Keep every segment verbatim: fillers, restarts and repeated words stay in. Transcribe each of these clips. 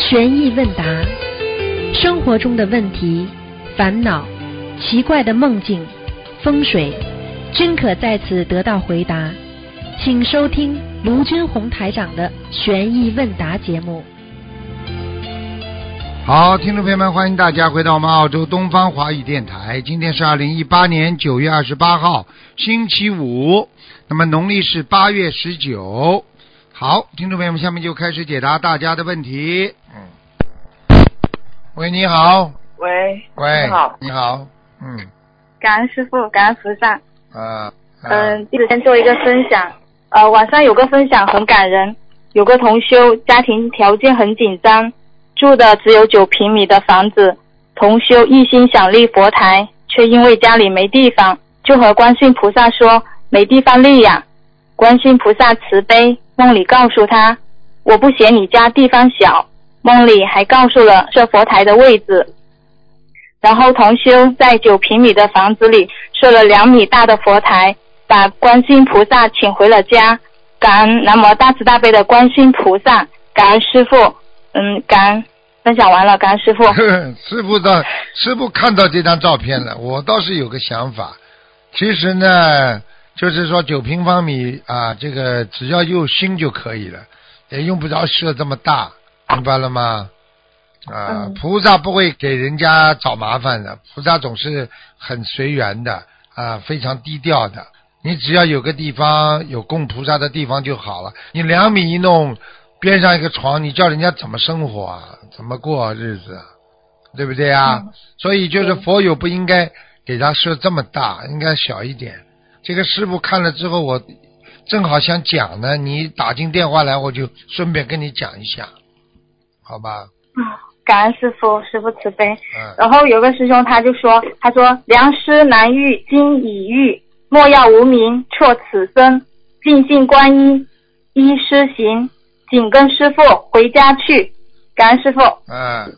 悬疑问答，生活中的问题、烦恼、奇怪的梦境、风水，均可在此得到回答。请收听卢军红台长的悬疑问答节目。 好，听众朋友们，欢迎大家回到我们澳洲东方华语电台。今天是二零一八年九月二十八号，星期五，那么农历是八月十九。好，听众朋友们，下面就开始解答大家的问题。嗯，喂，你好。 喂， 喂， 你好， 你好，嗯， 感恩师父，感恩菩萨。 啊， 嗯，弟子先做一个分享。呃，网上有个分享很感人，有个同修家庭条件很紧张，住的只有九平米的房子，同修一心想立佛台，却因为家里没地方，就和观世音菩萨说没地方立呀。观世音菩萨慈悲，梦里告诉他，我不嫌你家地方小，梦里还告诉了设佛台的位置。然后同修在九平米的房子里设了两米大的佛台，把观世音菩萨请回了家。感恩南无大慈大悲的观世音菩萨，感恩师父。嗯，感恩分享完了，感恩师父。 师父的师父看到这张照片了，我倒是有个想法。其实呢，就是说九平方米啊，这个只要有心就可以了，也用不着设这么大，明白了吗？啊、嗯，菩萨不会给人家找麻烦的，菩萨总是很随缘的啊，非常低调的。你只要有个地方有供菩萨的地方就好了。你两米一弄，边上一个床，你叫人家怎么生活啊？怎么过日子啊？对不对啊？嗯、所以就是佛友不应该给他设这么大，应该小一点。这个师父看了之后，我正好想讲呢，你打进电话来，我就顺便跟你讲一下，好吧？ 嗯，感恩师父，师父慈悲。 嗯。 然后有个师兄他就说，他说良师难遇，今已遇，莫要无名，错此生，尽信观音，依师行，紧跟师父回家去。感恩师父。 嗯。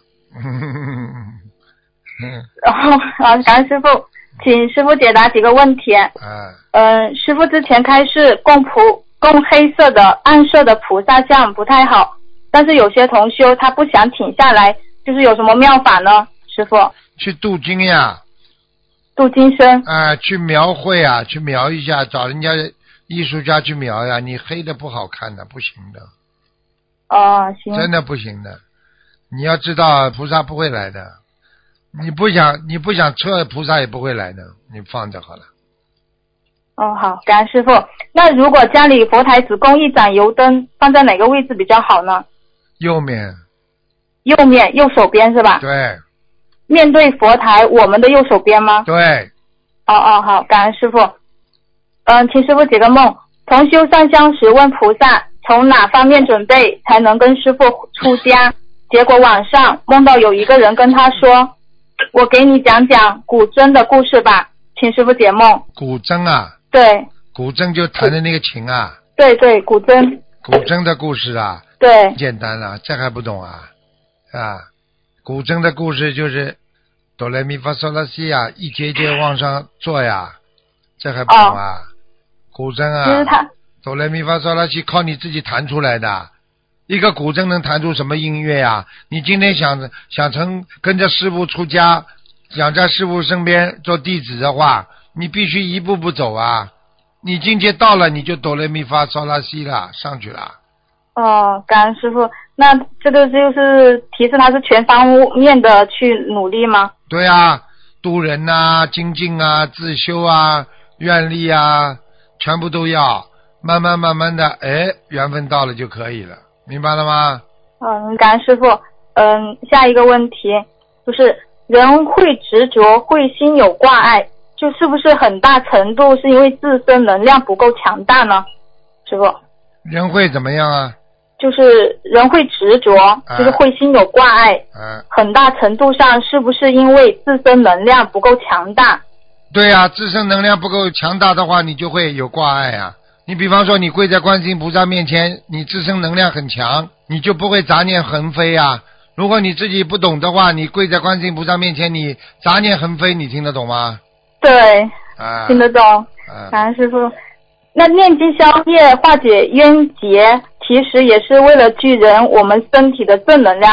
然后啊，感恩师父，请师父解答几个问题。 嗯。 嗯，师父之前开示供菩供黑色的暗色的菩萨像不太好，但是有些同修他不想停下来，就是有什么妙法呢？师父。 去镀金呀。 镀金身。 啊、呃，去描绘啊，去描一下，找人家艺术家去描呀。你黑的不好看的，不行的。 哦，行。 真的不行的。你要知道，菩萨不会来的。你不想，你不想撤，菩萨也不会来的。你放着好了。 哦，好，感恩师父。那如果家里佛台只供一盏油灯，放在哪个位置比较好呢？ 右面。 右面，右手边是吧？ 对。 面对佛台，我们的右手边吗？ 对。 哦哦，好，感恩师父。嗯，请师父解个梦。同修上香时问菩萨，从哪方面准备才能跟师父出家？结果晚上梦到有一个人跟他说，我给你讲讲古筝的故事吧，请师父解梦。 古筝啊？ 对。 古筝就弹的那个琴啊？ 对对，古筝。 古筝的故事啊？ 对。 简单了，这还不懂啊？啊，古筝的故事就是哆来咪发嗦拉西呀，一节一节往上做呀，这还不懂啊？哦、古筝啊， 就是他哆来咪发嗦拉西靠你自己弹出来的。一个古筝能弹出什么音乐呀？你今天想想成跟着师父出家，想在师父身边做弟子的话，你必须一步步走啊。你境界到了，你就哆来咪发嗦拉西了，上去了。 哦，感恩师父。那这个就是提示他是全方面的去努力吗？ 对啊，度人啊，精进啊，自修啊，愿力啊，全部都要，慢慢慢慢的，哎，缘分到了就可以了，明白了吗？ 嗯，感恩师父。嗯，下一个问题就是人会执着，会心有挂碍，就是不是很大程度是因为自身能量不够强大呢？师父。 人会怎么样啊？ 就是人会执着，就是会心有挂碍， 嗯， 很大程度上是不是因为自身能量不够强大？ 对呀、啊，自身能量不够强大的话，你就会有挂碍啊。你比方说，你跪在观世音菩萨面前，你自身能量很强，你就不会杂念横飞啊。如果你自己不懂的话，你跪在观世音菩萨面前，你杂念横飞，你听得懂吗？ 对， 啊， 听得懂。感恩师父。那念经消业化解冤结，其实也是为了聚人我们身体的正能量。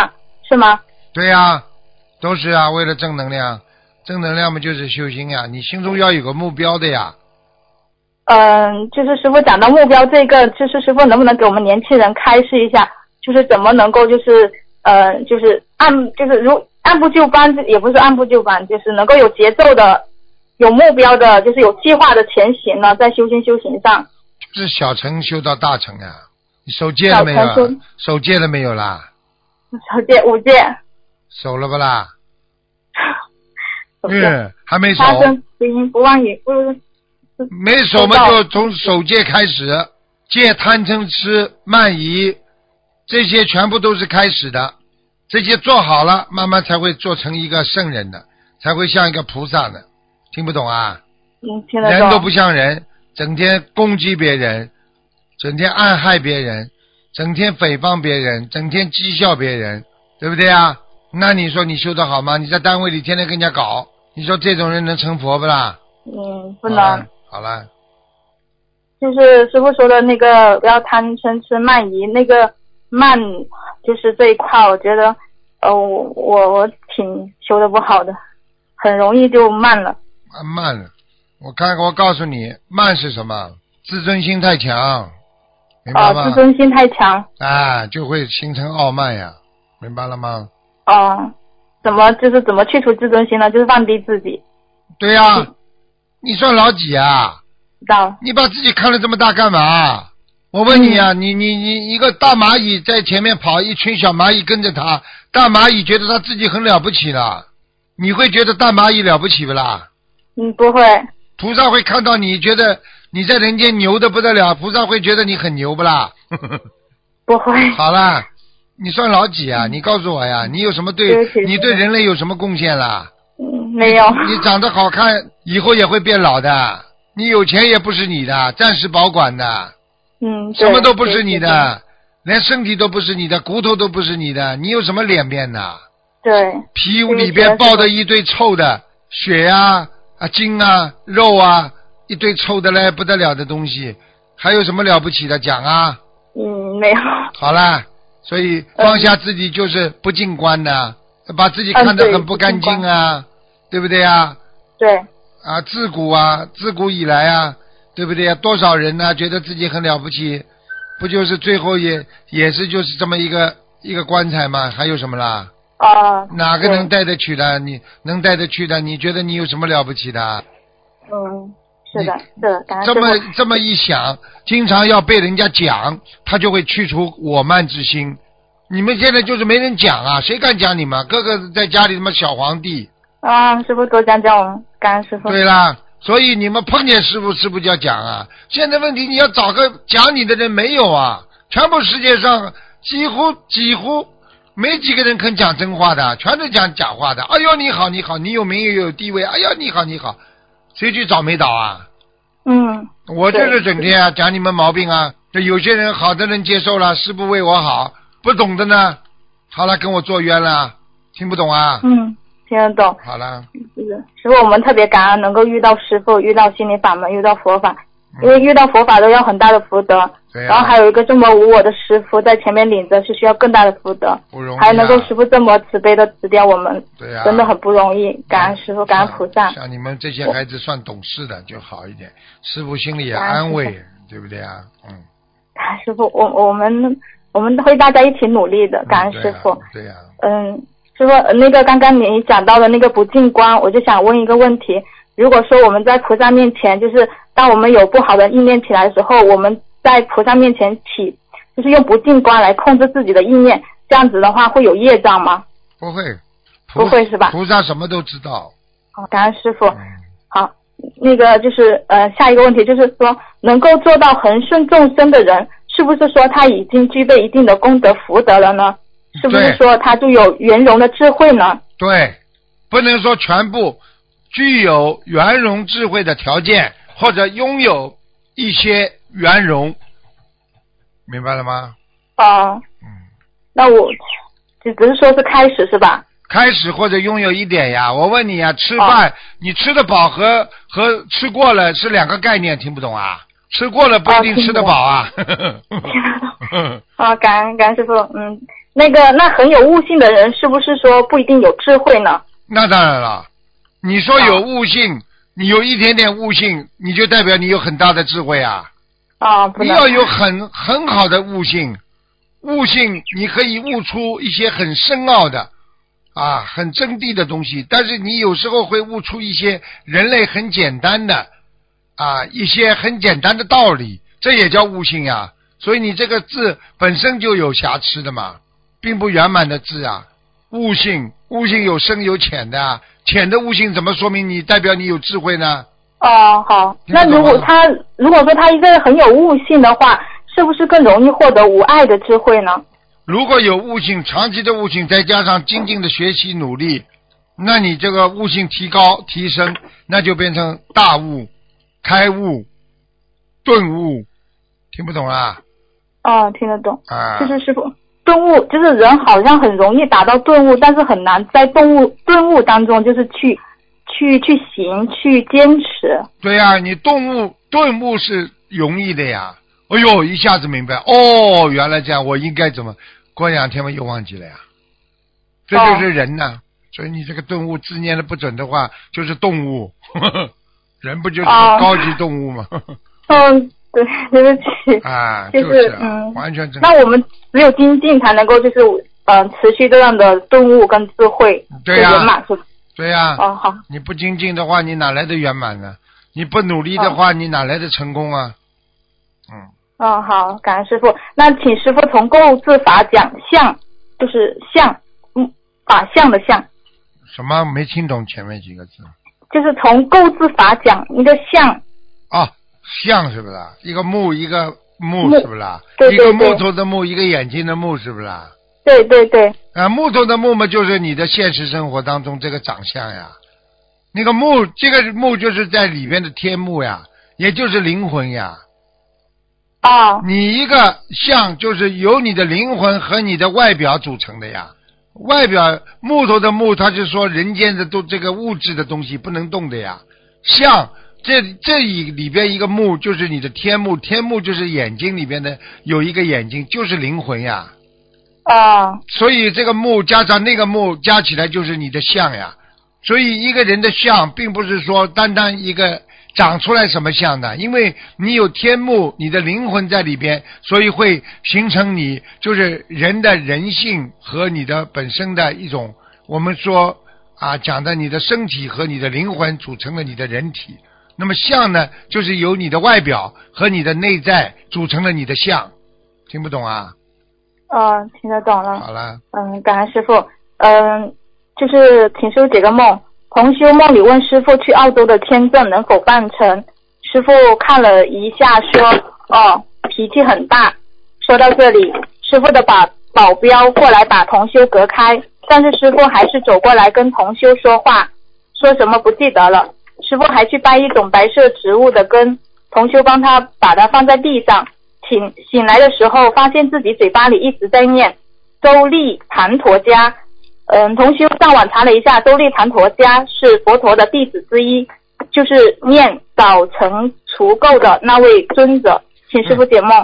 是吗？ 对呀、啊，都是啊，为了正能量，正能量嘛就是修心呀，你心中要有个目标的呀。 嗯，就是师傅讲到目标这个，就是师傅能不能给我们年轻人开示一下，就是怎么能够就是呃就是按就是如按部就班，也不是按部就班，就是能够有节奏的、有目标的，就是有计划的前行呢，在修心修行上。 就是小乘修到大乘啊，你守戒了没有、啊？守戒了没有啦？ 守戒五戒。 守了不啦？嗯，还没守。 他生不淫不妄语不。 没守嘛，就从守戒开始，戒贪嗔痴慢疑，这些全部都是开始的。这些做好了，慢慢才会做成一个圣人的，才会像一个菩萨的。听不懂啊？ 嗯，听得懂。 人都不像人，整天攻击别人，整天暗害别人，整天诽谤别人，整天讥笑别人，对不对啊？那你说你修得好吗？你在单位里天天跟人家搞，你说这种人能成佛不啦？ 嗯，不能。 好了， 就是师父说的那个不要贪嗔痴慢疑，那个慢就是这一块，我觉得呃我我我挺修的不好的，很容易就慢了。 慢慢了，我看我告诉你，慢是什么？自尊心太强，明白吗？ 哦，自尊心太强。 啊，就会形成傲慢呀，明白了吗？ 哦，怎么就是怎么去除自尊心呢？就是放低自己。 对呀、啊。你算老几啊？ 知道。 你把自己看得这么大干嘛？我问你啊，嗯、你你你一个大蚂蚁在前面跑，一群小蚂蚁跟着它，大蚂蚁觉得它自己很了不起了，你会觉得大蚂蚁了不起不啦？ 嗯，不会。 菩萨会看到你觉得你在人间牛的不得了，菩萨会觉得你很牛不啦？ 不会。 好啦，你算老几啊？你告诉我呀，你有什么对，对你对人类有什么贡献啦？ 嗯，没有。 你, 你长得好看，以后也会变老的。你有钱也不是你的，暂时保管的。 嗯， 什么都不是你的，连身体都不是你的，骨头都不是你的，你有什么脸面的？ 对。 皮里边抱着一堆臭的血呀、啊、筋啊、肉啊，一堆臭的嘞不得了的东西，还有什么了不起的？讲啊。 嗯，没有。 好啦，所以放下自己就是不净观的。嗯，把自己看得很不干净啊，嗯，对不对啊？ 对。 啊，自古啊，自古以来啊，对不对啊？多少人呢，觉得自己很了不起，不就是最后也也是就是这么一个一个棺材吗？还有什么啦？ 啊。 哪个能带得去的？你能带得去的？你觉得你有什么了不起的？ 嗯，是的，是的。 这么这么一想，经常要被人家讲，他就会去除我慢之心。你们现在就是没人讲啊，谁敢讲你们？个个在家里什么小皇帝啊！师父多讲讲我们，感恩师父。 对啦，所以你们碰见师父，师父就要讲啊。现在问题你要找个讲你的人没有啊，全部世界上几乎几乎没几个人肯讲真话的，全是讲假话的。哎呦你好你好，你有名又有地位，哎呀你好你好，谁去找没倒啊？ 嗯， 我就是整天啊讲你们毛病啊。这有些人好的人接受了，师父为我好。不懂的呢，好了，跟我做冤了，听不懂啊？ 嗯，听得懂。 好了， 师父，我们特别感恩能够遇到师父，遇到心灵法门，遇到佛法，嗯、因为遇到佛法都要很大的福德。 对、啊。 然后还有一个这么无我的师父在前面领着，是需要更大的福德。 不容易、啊。 还能够师父这么慈悲的指点我们。 对啊。 真的很不容易，感恩师父，感恩菩萨。 像你们这些孩子算懂事的就好一点，师父心里也安慰，对不对啊？嗯。 感恩师父，我我们。我们会大家一起努力的，感恩师父。 对呀、啊。 嗯，师父，那个刚刚你讲到的那个不净观，我就想问一个问题：如果说我们在菩萨面前，就是当我们有不好的意念起来的时候，我们在菩萨面前起，就是用不净观来控制自己的意念，这样子的话会有业障吗？ 不会， 不会是吧？ 菩萨什么都知道。 好，感恩师父。 嗯、 好，那个就是呃下一个问题就是说，能够做到恒顺众生的人。是不是说他已经具备一定的功德福德了呢？是不是说他就有圆融的智慧呢？ 对，不能说全部具有圆融智慧的条件，或者拥有一些圆融，明白了吗？ 啊，嗯，那我就只是说是开始是吧？ 开始或者拥有一点呀。我问你啊，吃饭、哦、你吃得饱和和吃过了是两个概念，听不懂啊？吃过了不一定吃得饱啊。 啊，感恩感恩师父，嗯， 那个那很有悟性的人，是不是说不一定有智慧呢？ 那当然了，你说有悟性，你有一点点悟性，你就代表你有很大的智慧啊。 啊，不能。 你要有很很好的悟性，悟性你可以悟出一些很深奥的啊，很真谛的东西，但是你有时候会悟出一些人类很简单的啊，一些很简单的道理，这也叫悟性呀。所以你这个字本身就有瑕疵的嘛，并不圆满的字啊。悟性，悟性有深有浅的啊，浅的悟性怎么说明你代表你有智慧呢？ 哦，好，那如果他如果说他一个人很有悟性的话，是不是更容易获得无碍的智慧呢？ 如果有悟性，长期的悟性，再加上精进的学习努力，那你这个悟性提高提升，那就变成大悟、开悟、顿悟，听不懂啊？ 哦，听得懂。 啊， 就是师父，顿悟就是人好像很容易达到顿悟，但是很难在顿悟顿悟当中就是去去去行去坚持。 对呀、啊，你顿悟顿悟是容易的呀。哎呦，一下子明白哦，原来这样，我应该怎么？过两天嘛又忘记了呀。这就是人呐、哦，所以你这个顿悟字念的不准的话，就是动物。呵呵，人不就是高级动物吗？ 嗯，对，对不起。 啊， 就、 是、啊、 嗯， 完全正。 那我们只有精进才能够就是嗯、呃、持续这样的顿悟跟智慧对呀、 圆满是。 对呀、啊。 哦，好。 你不精进的话，你哪来的圆满呢？你不努力的话，哦、你哪来的成功啊？嗯。 哦，好，感恩师父。那请师父从构字法讲相，就是相，嗯，法相的相。 什么？没听懂前面几个字。 就是从构字法讲一个相。 哦，相是不是？一个木，一个木，是不是？ 对对对。 一个木头的木，一个眼睛的木，是不是？ 对对对。 啊，木头的木嘛，就是你的现实生活当中这个长相呀。那个木，这个木就是在里边的天幕呀，也就是灵魂呀。 哦， 你一个相就是由你的灵魂和你的外表组成的呀。外表木头的木，它是说人间的都这个物质的东西不能动的呀。相这这一里边一个木就是你的天幕，天幕就是眼睛里边的有一个眼睛，就是灵魂呀。 哦， 所以这个木加上那个木加起来就是你的相呀。所以一个人的相并不是说单单一个长出来什么相的，因为你有天幕，你的灵魂在里边，所以会形成你就是人的人性和你的本身的一种，我们说啊讲的你的身体和你的灵魂组成了你的人体。那么相呢，就是由你的外表和你的内在组成了你的相。听不懂啊？ 哦，听得懂了。 好了。 嗯，感恩师父。嗯，就是请师父解个梦。同修梦里问师父去澳洲的签证能否办成，师父看了一下说哦脾气很大。说到这里，师父的保保镖过来把同修隔开，但是师父还是走过来跟同修说话，说什么不记得了。师父还去掰一种白色植物的根，同修帮他把它放在地上，醒醒来的时候发现自己嘴巴里一直在念周利盘陀迦。嗯，同修上网查了一下，周利盘陀迦是佛陀的弟子之一，就是念早晨除垢的那位尊者，请师父解梦。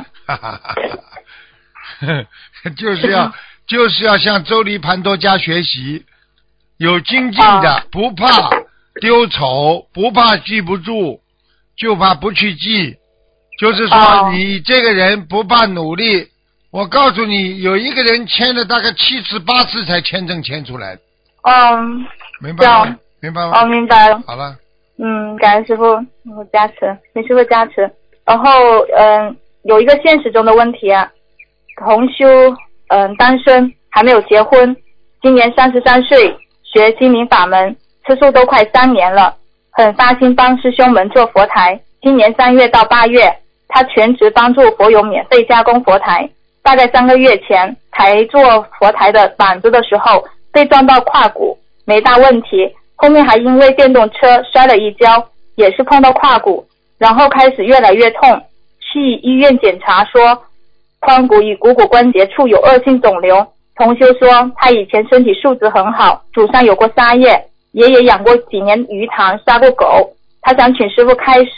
就是要就是要向周利盘陀迦学习，有精进的，啊、不怕丢丑，不怕记不住，就怕不去记。就是说你这个人不怕努力。我告诉你，有一个人签了大概七次八次才签证签出来。 嗯， 明白吗？明白吗？ 哦，明白了。 好了。 嗯，感恩师父加持，请师父加持。然后，嗯，有一个现实中的问题啊，同修，嗯，单身，还没有结婚，今年三十三岁，学心灵法门，吃素都快三年了，很发心帮师兄们做佛台。今年三月到八月，他全职帮助佛友免费加工佛台。大概三个月前，台做佛台的板子的时候被撞到胯骨，没大问题。后面还因为电动车摔了一跤，也是碰到胯骨，然后开始越来越痛。去医院检查说，髋骨与股骨关节处有恶性肿瘤。同修说，他以前身体素质很好，祖上有过杀业，爷爷养过几年鱼塘，杀过狗。他想请师父开示，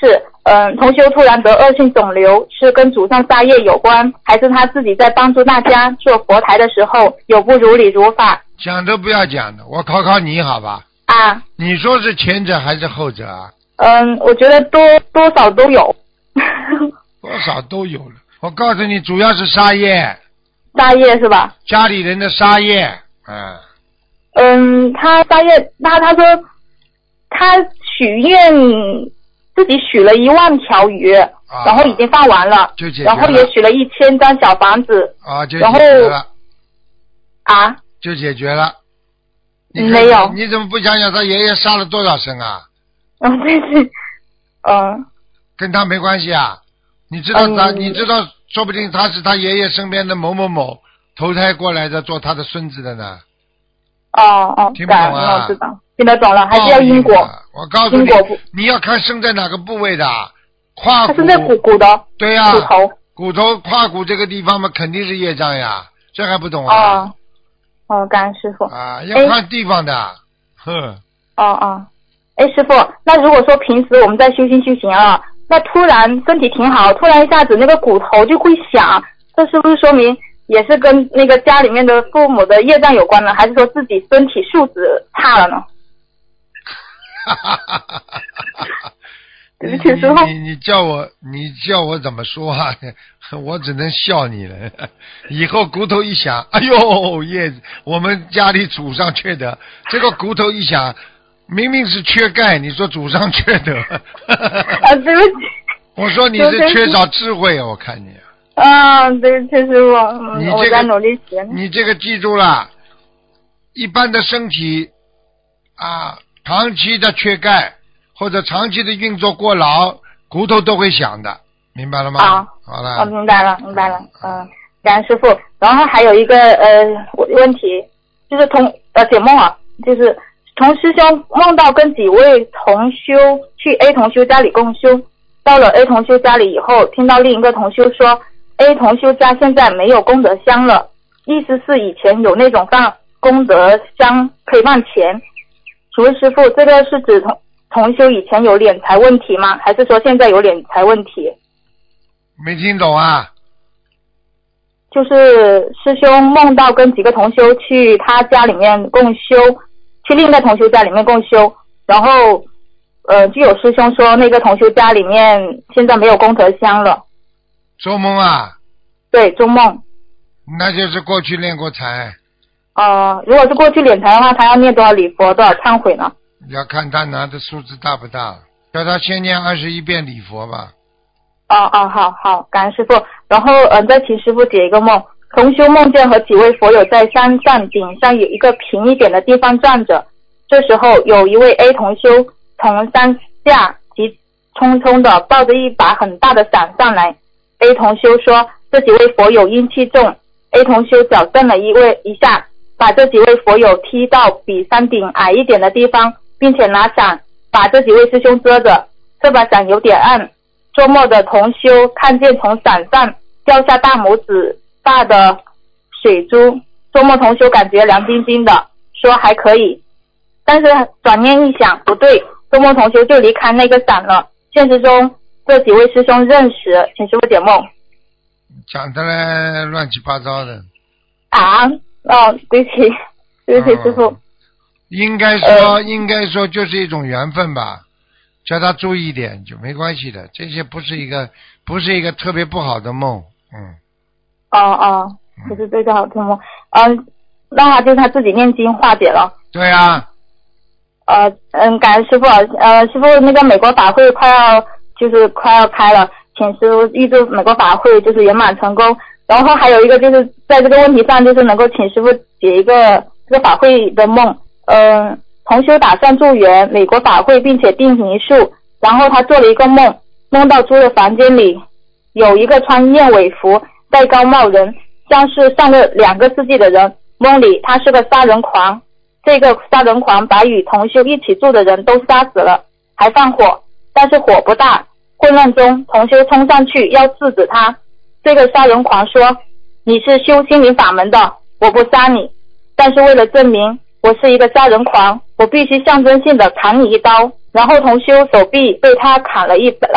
嗯，同修突然得恶性肿瘤，是跟祖上杀业有关，还是他自己在帮助大家做佛台的时候有不如理如法？ 讲都不要讲的，我考考你好吧？ 啊， 你说是前者还是后者啊？ 嗯，我觉得多多少都有。 多少都有了。我告诉你，主要是杀业。 杀业是吧？ 家里人的杀业，嗯。 嗯，他杀业，他他说他许愿自己许了一万条鱼，啊、然后已经放完了， 就解决了， 然后也许了一千张小房子， 啊，就解决了， 啊， 就解决了。 没有， 你怎么不想想他爷爷杀了多少生啊？ 嗯，对对，嗯， 跟他没关系啊。你知道他， 嗯、 你知道，说不定他是他爷爷身边的某某某投胎过来的，做他的孙子的呢。 哦哦， 听不懂啊？ 我知道，听得懂了，还是要因果。 我告诉你，你要看生在哪个部位的，胯骨。他生在骨骨的。 对呀、啊， 骨头。 骨头胯骨这个地方嘛，肯定是业障呀，这还不懂啊？ 哦，哦，感恩师傅。 啊，要看地方的。哼。 哦哦，哎，师傅，那如果说平时我们在修心修行啊，那突然身体挺好，突然一下子那个骨头就会响，这是不是说明？也是跟那个家里面的父母的业障有关呢，还是说自己身体素质差了呢？对不起，师傅。 你你叫我你叫我怎么说啊？我只能笑你了。以后骨头一响，哎呦耶！我们家里祖上缺德，这个骨头一响，明明是缺钙，你说祖上缺德。 啊，对不起。 我说你是缺少智慧啊！我看你。 啊，对不起，师傅，嗯你这个、 我在努力学。 你这个记住了，一般的身体啊，长期的缺钙或者长期的运作过劳，骨头都会响的，明白了吗？ 啊， 好了。 我、哦、明白了，明白了。嗯，感恩师傅。然后还有一个呃问题，就是同呃解梦啊，就是同师兄梦到跟几位同修去 A 同修家里共修，到了 A 同修家里以后，听到另一个同修说。A 同修家现在没有功德箱了，意思是以前有那种放功德箱可以放钱。请问师傅，这个是指同同修以前有敛财问题吗？还是说现在有敛财问题？ 没听懂啊。 就是师兄梦到跟几个同修去他家里面共修，去另一个同修家里面共修，然后呃，就有师兄说那个同修家里面现在没有功德箱了。 做梦啊？ 对，做梦。 那就是过去练过财。 哦、呃，如果是过去敛财的话，他要念多少礼佛，多少忏悔呢？ 要看他拿的数字大不大，叫他先念二十一遍礼佛吧。 哦哦，好好，感恩师傅。然后嗯、呃，再请师傅解一个梦。同修梦见和几位佛友在山上顶上有一个平一点的地方站着，这时候有一位 A 同修从山下急匆匆的抱着一把很大的伞上来。A 同修说这几位佛友阴气重， A 同修矫正了一位一下，把这几位佛友踢到比山顶矮一点的地方，并且拿伞把这几位师兄遮着。这把伞有点暗，做梦的同修看见从伞上掉下大拇指大的水珠，做梦同修感觉凉冰冰的，说还可以，但是转念一想不对，做梦同修就离开那个伞了。现实中这几位师兄认识，请师傅解梦。 讲的嘞乱七八糟的。 啊，哦，对不起，对不起，师傅。 应该说、呃，应该说就是一种缘分吧，叫他注意一点就没关系的。这些不是一个，不是一个特别不好的梦，嗯。 哦哦，不是这个好听梦，嗯，那他就他自己念经化解了。 对啊。 呃嗯，感恩师傅，呃，师傅那个美国法会快要就是快要开了，请师傅预祝美国法会就是圆满成功。然后还有一个就是在这个问题上，就是能够请师傅解一个这个法会的梦。嗯、呃，同修打算助缘美国法会，并且定泥数，然后他做了一个梦，梦到租的房间里有一个穿燕尾服、戴高帽人，像是上了两个世纪的人。梦里他是个杀人狂。这个杀人狂把与同修一起住的人都杀死了，还放火，但是火不大。混乱中，同修冲上去要制止他。这个杀人狂说：“你是修心灵法门的，我不杀你，但是为了证明我是一个杀人狂，我必须象征性的砍你一刀。”然后同修手臂被他砍了一刀，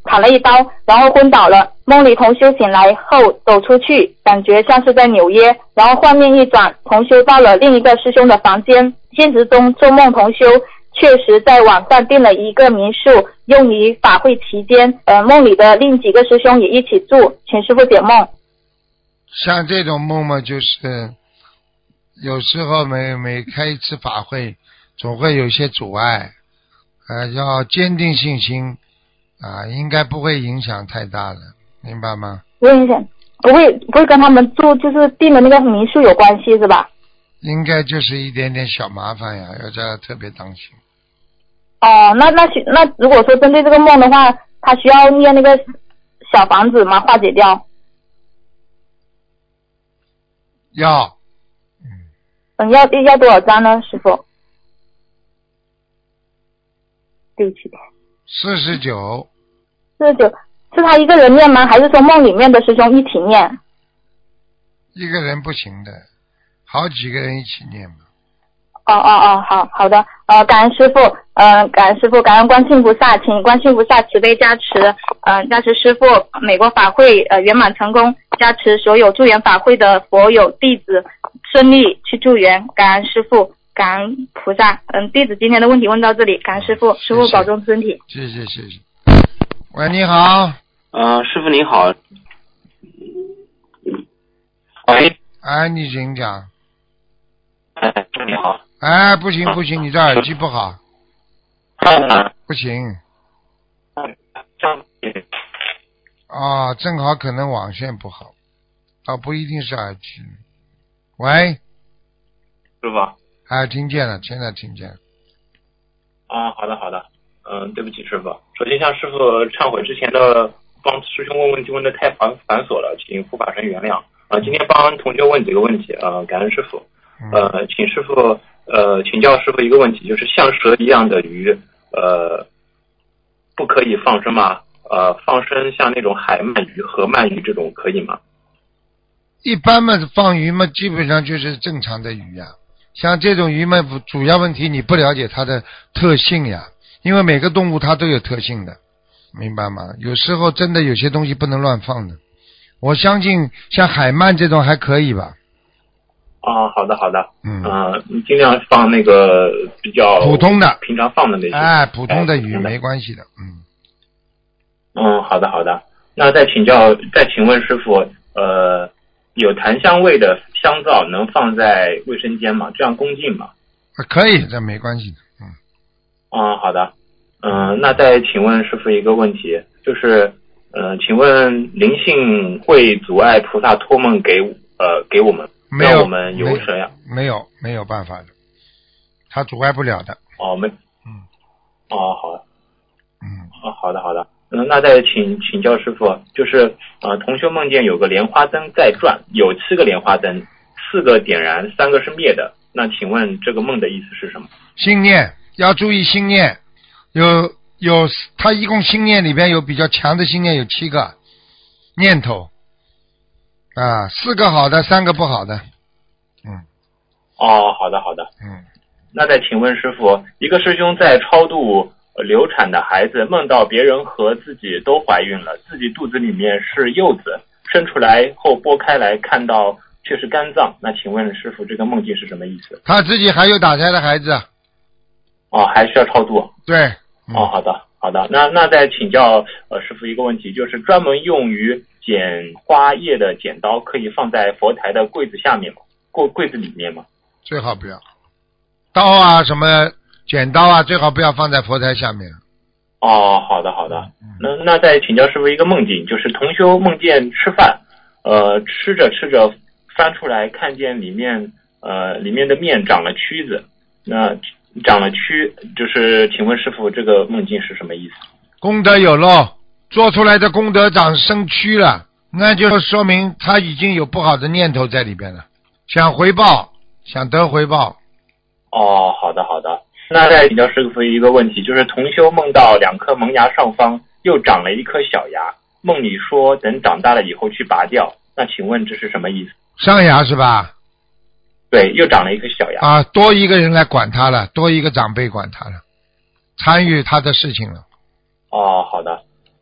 砍了一刀，然后昏倒了。梦里同修醒来后走出去，感觉像是在纽约，然后画面一转，同修到了另一个师兄的房间。现实中做梦同修确实在网上订了一个民宿，用于法会期间。呃，梦里的另几个师兄也一起住，请师父解梦。 像这种梦嘛，就是有时候每每开一次法会，总会有一些阻碍，呃，要坚定信心啊，应该不会影响太大的，明白吗？ 不会影响，不会不会跟他们住就是订的那个民宿有关系是吧？ 应该就是一点点小麻烦呀，要叫他特别当心。 哦，那那需那如果说针对这个梦的话，他需要念那个小房子吗？化解掉？ 要， 嗯，要要多少张呢，师傅？对不起， 四十九。 四十九，是他一个人念吗？还是说梦里面的师兄一起念？ 一个人不行的，好几个人一起念嘛。 哦哦哦，好好的，呃，感恩师傅，呃，感恩师傅，感恩观世音菩萨，请观世音菩萨慈悲加持，呃，加持师傅美国法会呃圆满成功，加持所有助缘法会的佛友弟子顺利去助缘，感恩师傅，感恩菩萨，嗯，弟子今天的问题问到这里，感恩师傅，师傅保重身体。 谢谢谢谢。喂，你好。 呃，师傅您好。喂。 哎，你请讲。 哎，师傅你好。 哎，不行不行，你这耳机不好。不行。啊、哦，正好可能网线不好，倒不一定是耳机。喂。 师傅。 哎，听见了，现在听见了。 啊，好的好的。嗯，对不起师傅，首先向师傅忏悔，之前的帮师兄问问题问的太繁繁琐了，请护法神原谅。啊，今天帮同学问几个问题，呃，感恩师傅。呃，请师傅呃请教师傅一个问题，就是像蛇一样的鱼，呃，不可以放生吗？呃，放生像那种海鳗鱼、河鳗鱼这种可以吗？ 一般嘛，放鱼嘛，基本上就是正常的鱼呀。像这种鱼嘛，主要问题你不了解它的特性呀，因为每个动物它都有特性的，明白吗？有时候真的有些东西不能乱放的。我相信像海鳗这种还可以吧。 啊，好的好的， 嗯， 呃，你尽量放那个比较普通的， 平常放的那些， 哎，普通的鱼、 哎、 没关系的，嗯。 嗯，好的好的。那再请教，再请问师傅，呃，有檀香味的香皂能放在卫生间吗？这样恭敬吗？ 可以，这没关系的，嗯。 啊，好的，嗯、呃，那再请问师傅一个问题，就是呃，请问灵性会阻碍菩萨托梦给呃给我们？ 没有， 让我们有什样？ 没有，没有办法的，他阻碍不了的。 哦，没， 嗯， 哦，好， 嗯， 哦，好的，好的。嗯，那再请请教师傅，就是呃，同修梦见有个莲花灯在转，有七个莲花灯，四个点燃，三个是灭的。那请问这个梦的意思是什么？ 心念要注意，心念有有，他一共心念里边有比较强的心念有七个念头。啊，四个好的，三个不好的，嗯。 哦，好的好的， 嗯。 那再请问师傅，一个师兄在超度流产的孩子，梦到别人和自己都怀孕了，自己肚子里面是柚子，生出来后剥开来看到却是肝脏，那请问师傅这个梦境是什么意思？ 他自己还有打胎的孩子。 哦，还需要超度。 对。 嗯、哦，好的好的，那那再请教呃师傅一个问题，就是专门用于剪花叶的剪刀可以放在佛台的柜子下面吗？柜柜子里面吗？ 最好不要。刀啊，什么剪刀啊，最好不要放在佛台下面。 哦，好的好的。那那再请教师傅一个梦境，就是同修梦见吃饭，呃，吃着吃着翻出来看见里面呃里面的面长了蛆子，那长了蛆，就是请问师傅这个梦境是什么意思？ 功德有漏，做出来的功德长生蛆了，那就说明他已经有不好的念头在里边了，想回报，想得回报。 哦，好的好的。那再请教师傅一个问题，就是同修梦到两颗门牙上方又长了一颗小牙，梦里说等长大了以后去拔掉，那请问这是什么意思？ 上牙是吧？ 对，又长了一颗小牙。 啊，多一个人来管他了，多一个长辈管他了，参与他的事情了。 哦，好的。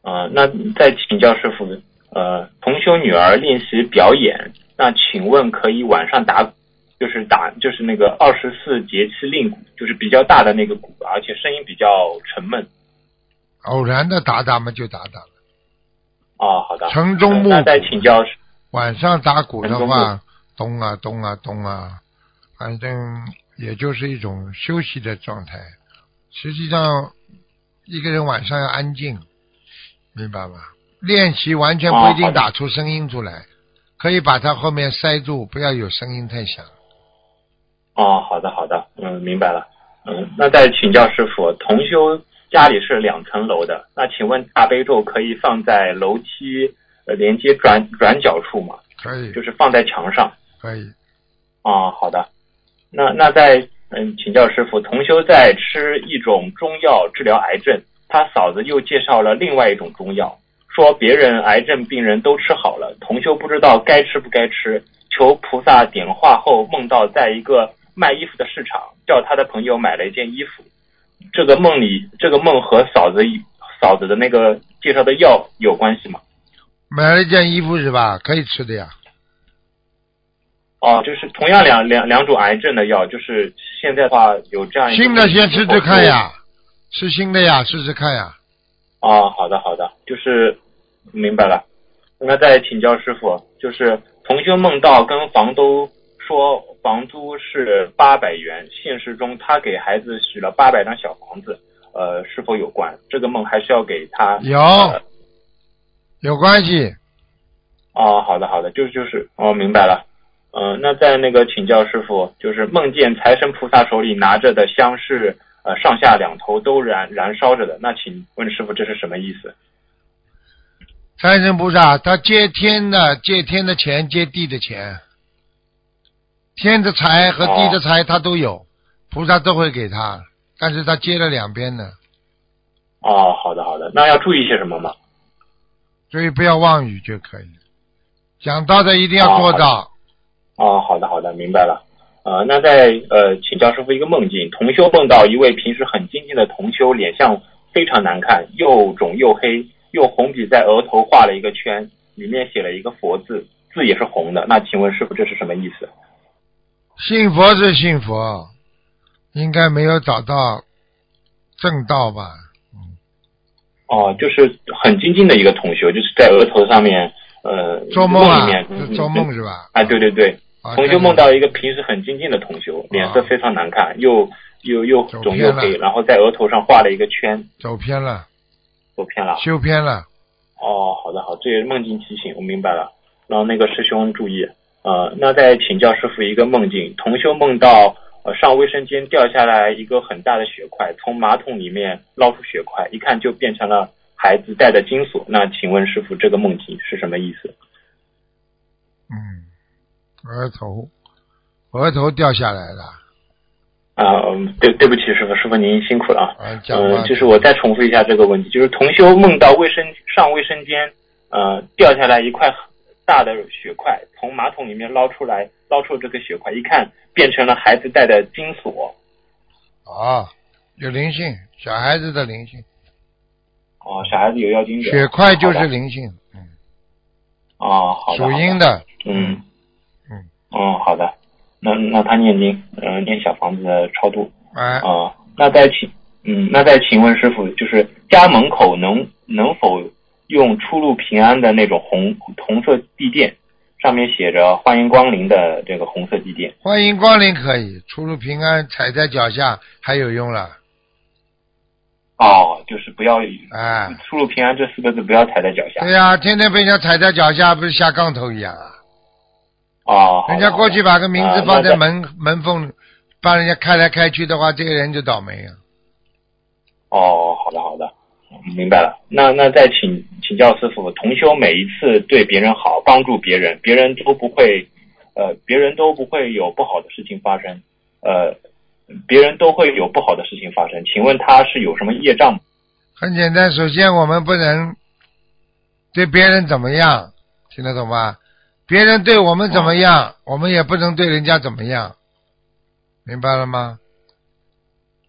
呃，那再请教师傅，呃，同修女儿练习表演，那请问可以晚上打，就是打就是那个二十四节气令鼓，就是比较大的那个鼓，而且声音比较沉闷。 偶然的打打嘛就打打了。 哦，好的。 晨钟暮鼓。 那再请教， 晚上打鼓的话，咚啊咚啊咚啊，反正也就是一种休息的状态。实际上，一个人晚上要安静，明白吗？练习完全不一定打出声音出来，哦、可以把它后面塞住，不要有声音太响。 哦，好的好的，嗯，明白了。嗯，那再请教师傅，同修家里是两层楼的，那请问大悲咒可以放在楼梯呃连接转转角处吗？ 可以， 就是放在墙上。 可以。 啊，好的。那那在嗯，请教师傅，同修在吃一种中药治疗癌症，他嫂子又介绍了另外一种中药，说别人癌症病人都吃好了，同修不知道该吃不该吃，求菩萨点化后梦到在一个卖衣服的市场，叫他的朋友买了一件衣服。这个梦里，这个梦和嫂子嫂子的那个介绍的药有关系吗？ 买了一件衣服是吧？可以吃的呀。 哦，就是同样两两两种癌症的药，就是现在的话有这样一个新的先吃吃看呀，吃新的呀，试试看呀。 哦，好的好的，就是明白了。那再请教师傅，就是同修梦到跟房东说房租是八百元，现实中他给孩子许了八百张小房子，呃，是否有关？这个梦还是要给他有、 呃、 有关系。 哦，好的好的，就是就是哦，明白了。呃，那在那个请教师傅，就是梦见财神菩萨手里拿着的香是呃上下两头都燃燃烧着的，那请问师傅这是什么意思？ 财神菩萨他接天的接天的钱，接地的钱，天的财和地的财他都有、哦、菩萨都会给他，但是他接了两边的。 哦，好的好的，那要注意些什么吗？ 注意不要妄语就可以，讲到的一定要做到。 哦哦，好的好的，明白了。呃，那再呃请教师傅一个梦境，同修梦到一位平时很精进的同修，脸相非常难看，又肿又黑，用红笔在额头画了一个圈，里面写了一个佛字，字也是红的。那请问师傅这是什么意思？ 信佛是信佛，应该没有找到正道吧？ 嗯。哦，就是很精进的一个同修，就是在额头上面呃做梦啊， 梦里面、 嗯、做梦是吧？ 啊，对对对。同修梦到一个平时很精进的同修，脸色非常难看，啊、又又又肿又黑，然后在额头上画了一个圈。 走偏了， 走偏了， 修偏了。 哦，好的好，这也是梦境提醒，我明白了。然后那个师兄注意，呃，那再请教师傅一个梦境，同修梦到呃上卫生间掉下来一个很大的血块，从马桶里面捞出血块，一看就变成了孩子戴的金锁。那请问师傅这个梦境是什么意思？ 嗯。额头，额头掉下来了。 啊，对，对不起，师傅，师傅您辛苦了啊。 嗯、 呃，就是我再重复一下这个问题，就是同修梦到卫生上卫生间，呃，掉下来一块大的血块，从马桶里面捞出来，捞出这个血块，一看变成了孩子戴的金锁。 哦，有灵性，小孩子的灵性。 哦，小孩子有妖精者。 血块就是灵性，嗯。 哦，好的。 属阴的。 嗯。嗯，哦，好的，那那他念经，呃，念小房子的超度， 哎， 啊、呃，那再请，嗯，那再请问师傅，就是家门口能能否用出入平安的那种红红色地垫，上面写着欢迎光临的这个红色地垫？ 欢迎光临可以，出入平安踩在脚下还有用了。 哦，就是不要， 哎， 出入平安这四个字不要踩在脚下。 对呀、啊，天天被人家踩在脚下，不是下杠头一样啊。 哦， 人家过去把个名字放在门、 呃、 门缝，帮人家开来开去的话，这个人就倒霉了。 哦，好的好的，明白了。那那再请请教师傅，同修每一次对别人好，帮助别人，别人都不会，呃，别人都不会有不好的事情发生，呃，别人都会有不好的事情发生。请问他是有什么业障吗？ 很简单，首先我们不能对别人怎么样，听得懂吗？别人对我们怎么样、哦、我们也不能对人家怎么样，明白了吗？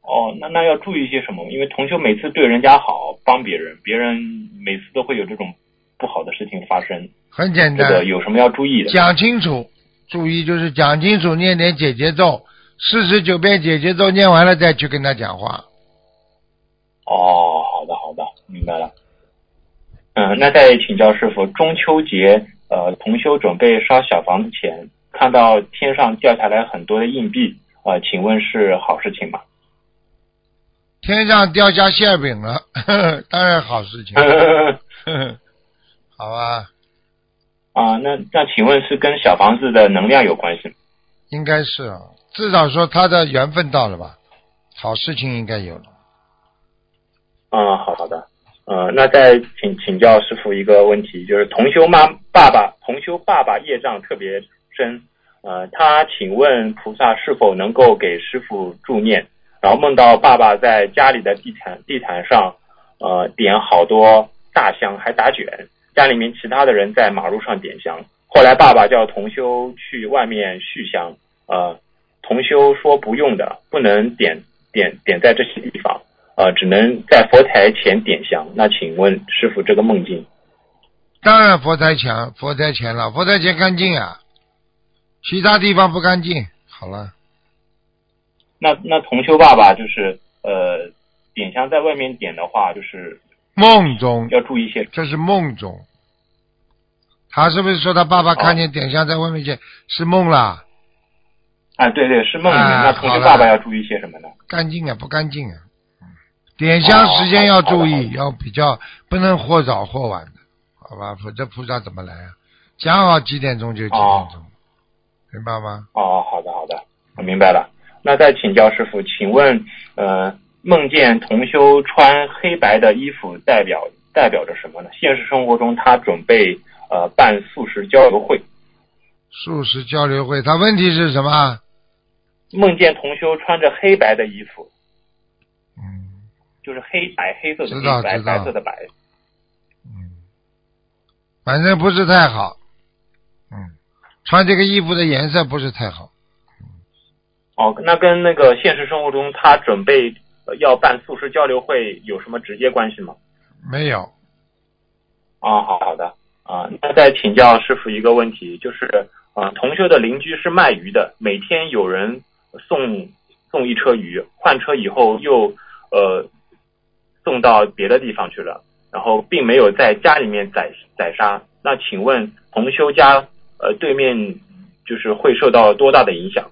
哦，那那要注意些什么？因为同修每次对人家好，帮别人，别人每次都会有这种不好的事情发生。 很简单， 这个有什么要注意的？ 讲清楚，注意就是讲清楚，念点解结咒，四十九遍解结咒念完了再去跟他讲话。 哦，好的好的，明白了。嗯，那再请教师傅，中秋节呃，同修准备烧小房子前，看到天上掉下来很多的硬币，呃，请问是好事情吗？ 天上掉下馅饼了，呵呵，当然好事情。呵呵，好吧。 啊，那那请问是跟小房子的能量有关系吗？ 应该是啊，至少说他的缘分到了吧，好事情应该有了。 啊，好好的。呃，那再请请教师傅一个问题，就是同修妈爸爸，同修爸爸业障特别深，呃，他请问菩萨是否能够给师傅助念？然后梦到爸爸在家里的地毯地毯上，呃，点好多大香，还打卷，家里面其他的人在马路上点香。后来爸爸叫同修去外面续香，呃，同修说不用的，不能点点点在这些地方。呃，只能在佛台前点香。那请问师傅，这个梦境？ 当然佛台前，佛台前了，佛台前干净啊，其他地方不干净。好了。 那那同修爸爸就是呃，点香在外面点的话，就是梦中要注意些。 这是梦中。他是不是说他爸爸看见点香在外面去、哦、是梦啦？ 啊，对对，是梦里面。 啊、 那同修爸爸要注意些什么呢？ 干净啊，不干净啊。点香时间要注意，要比较不能或早或晚的，好吧？否则菩萨怎么来啊？讲好几点钟就几点钟，哦、明白吗？ 哦，好的好的，我明白了。那再请教师傅，请问呃，梦见同修穿黑白的衣服代表代表着什么呢？现实生活中他准备呃办素食交流会。 素食交流会，他问题是什么？ 梦见同修穿着黑白的衣服。 嗯。 就是黑白，黑色的黑白，白色的白。 嗯，反正不是太好。嗯，穿这个衣服的颜色不是太好。 哦，那跟那个现实生活中他准备要办素食交流会有什么直接关系吗？ 没有。 啊，好好的啊，那再请教师傅一个问题，就是啊，同修的邻居是卖鱼的，每天有人送送一车鱼，换车以后又呃。送到别的地方去了，然后并没有在家里面宰宰杀。那请问同修家呃对面就是会受到多大的影响？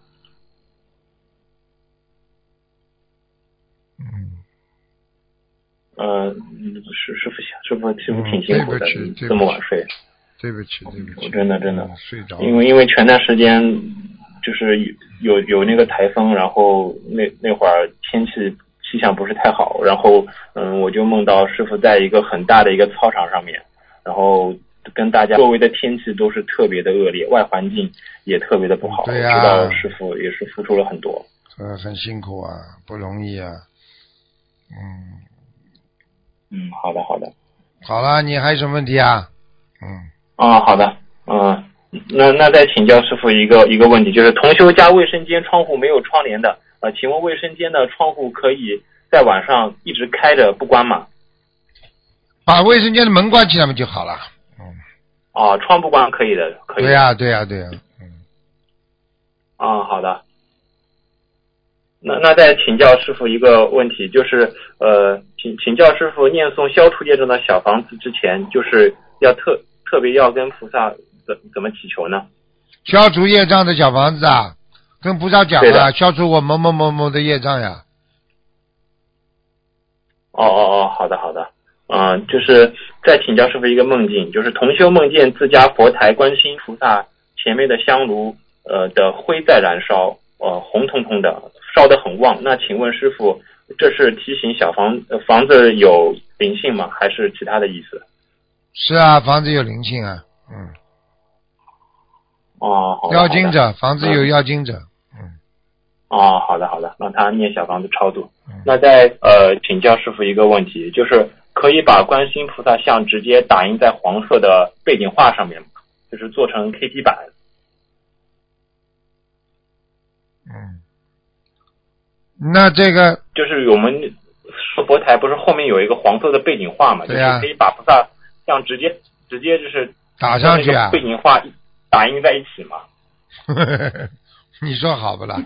嗯， 呃，师师傅师傅师傅挺辛苦的， 嗯、 这么晚睡。 对不起，对不起， 我真的真的睡着了。 因为因为前段时间就是有有那个台风，然后那那会儿天气。气象不是太好，然后嗯，我就梦到师傅在一个很大的一个操场上面，然后跟大家周围的天气都是特别的恶劣，外环境也特别的不好。 对呀、啊， 我知道师傅也是付出了很多， 呃，很辛苦啊，不容易啊。嗯嗯，好的好的。 好了，你还有什么问题啊？嗯啊，好的，嗯，那那再请教师傅一个一个问题，就是同修家卫生间窗户没有窗帘的。呃，请问卫生间的窗户可以在晚上一直开着不关吗？ 把卫生间的门关起来嘛就好了。嗯。 哦，窗不关可以的，可以的。 对呀、啊，对呀、啊，对呀、啊。嗯。 啊，好的。那那再请教师傅一个问题，就是呃，请请教师傅念诵消除业障的小房子之前，就是要特特别要跟菩萨怎怎么祈求呢？ 消除业障的小房子啊。跟菩萨讲啊，消除我某某某某的业障呀。 哦哦哦，好的好的，嗯、呃，就是再请教师傅一个梦境，就是同修梦见自家佛台观世音菩萨前面的香炉呃的灰在燃烧，呃红彤彤的，烧得很旺。那请问师傅，这是提醒小房呃房子有灵性吗？还是其他的意思？ 是啊，房子有灵性啊，嗯。 哦，好的。 要经者，房子有要经者。嗯哦，好的好的，让他念小房子超度。嗯、那再呃请教师傅一个问题，就是可以把观世音菩萨像直接打印在黄色的背景画上面吗？就是做成 K T 版。 嗯， 那这个就是我们佛台不是后面有一个黄色的背景画嘛？ 对呀、 就是可以把菩萨像直接直接就是打上去啊背景画打印在一起嘛？ 你说好不啦？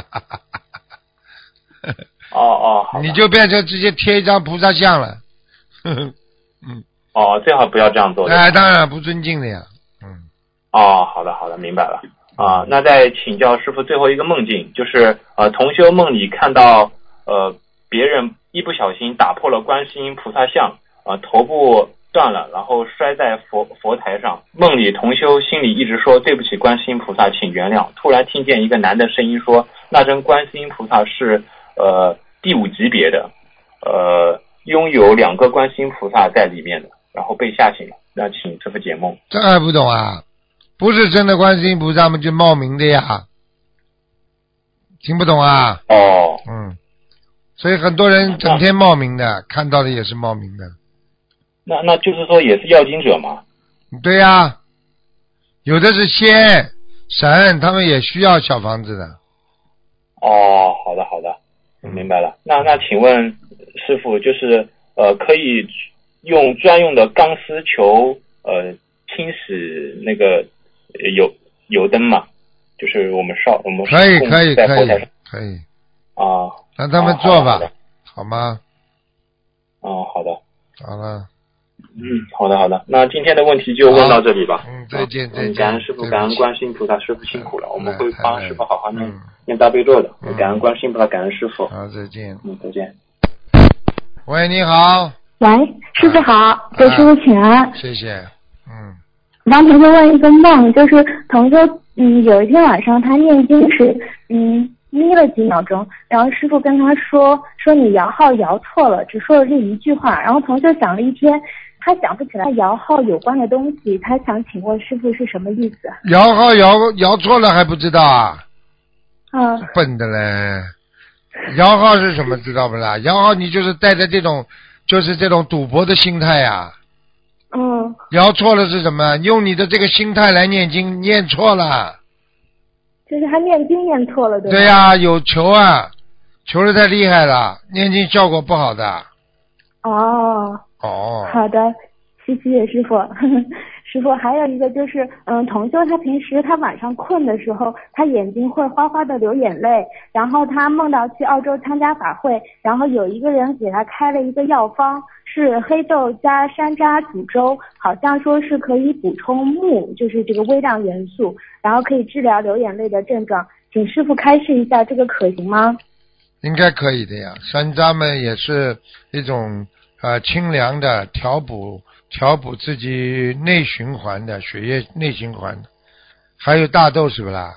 哦哦，好的。 你就变成直接贴一张菩萨像了。嗯。 哦，最好不要这样做。 哎，当然不尊敬的呀。嗯。 哦，好的好的，明白了。啊，那再请教师傅最后一个梦境，就是呃，同修梦里看到呃别人一不小心打破了观世音菩萨像，呃头部断了，然后摔在佛佛台上。梦里同修心里一直说对不起观世音菩萨，请原谅。突然听见一个男的声音说，那尊观世音菩萨是呃第五级别的，呃拥有两个观世音菩萨在里面的，然后被吓醒了。那请师父解梦。 这还不懂啊？不是真的观世音菩萨们就冒名的呀，听不懂啊？ 哦， 嗯，所以很多人整天冒名的，看到的也是冒名的。 那那就是说也是要经者嘛？ 对呀，有的是仙神，他们也需要小房子的。 哦，好的好的，明白了。那那请问师傅，就是呃可以用专用的钢丝球呃清洗那个呃油油灯嘛？就是我们烧我们可以可以可以在佛台上可以啊， 让他们做吧， 哦、好, 好吗？ 哦，好的， 好了。 嗯，好的好的，那今天的问题就问到这里吧。 嗯，再见再见。 嗯，感恩师傅，感恩观世音菩萨，师傅辛苦了，我们会帮师傅好好念、 嗯、 念大悲咒的。 嗯、 感恩观世音菩萨，感恩师傅。 好，再见。 嗯，再见。 喂，你好。 喂，师傅好，给师傅请安。 谢谢。嗯。 帮同学问一个梦，就是同学嗯有一天晚上他念经时嗯眯了几秒钟，然后师傅跟他说说你摇号摇错了，只说了这一句话，然后同学想了一天，他想不起来摇号有关的东西，他想请问师傅是什么意思？ 摇号摇摇错了还不知道啊？ 啊， 笨的嘞！摇号是什么知道不啦？摇号你就是带着这种就是这种赌博的心态呀、啊。 嗯。 摇错了是什么？用你的这个心态来念经，念错了。 就是他念经念错了，对吧？ 对呀、啊，有求啊，求的太厉害了，念经效果不好的。 哦。 哦。 好的，谢谢师傅。师傅，还有一个就是，嗯，同修他平时他晚上困的时候，他眼睛会哗哗的流眼泪，然后他梦到去澳洲参加法会，然后有一个人给他开了一个药方，是黑豆加山楂煮粥，好像说是可以补充钼，就是这个微量元素，然后可以治疗流眼泪的症状，请师傅开示一下，这个可行吗？ 应该可以的呀，山楂们也是一种呃清凉的调补。调补自己内循环的血液内循环的，还有大豆是不啦？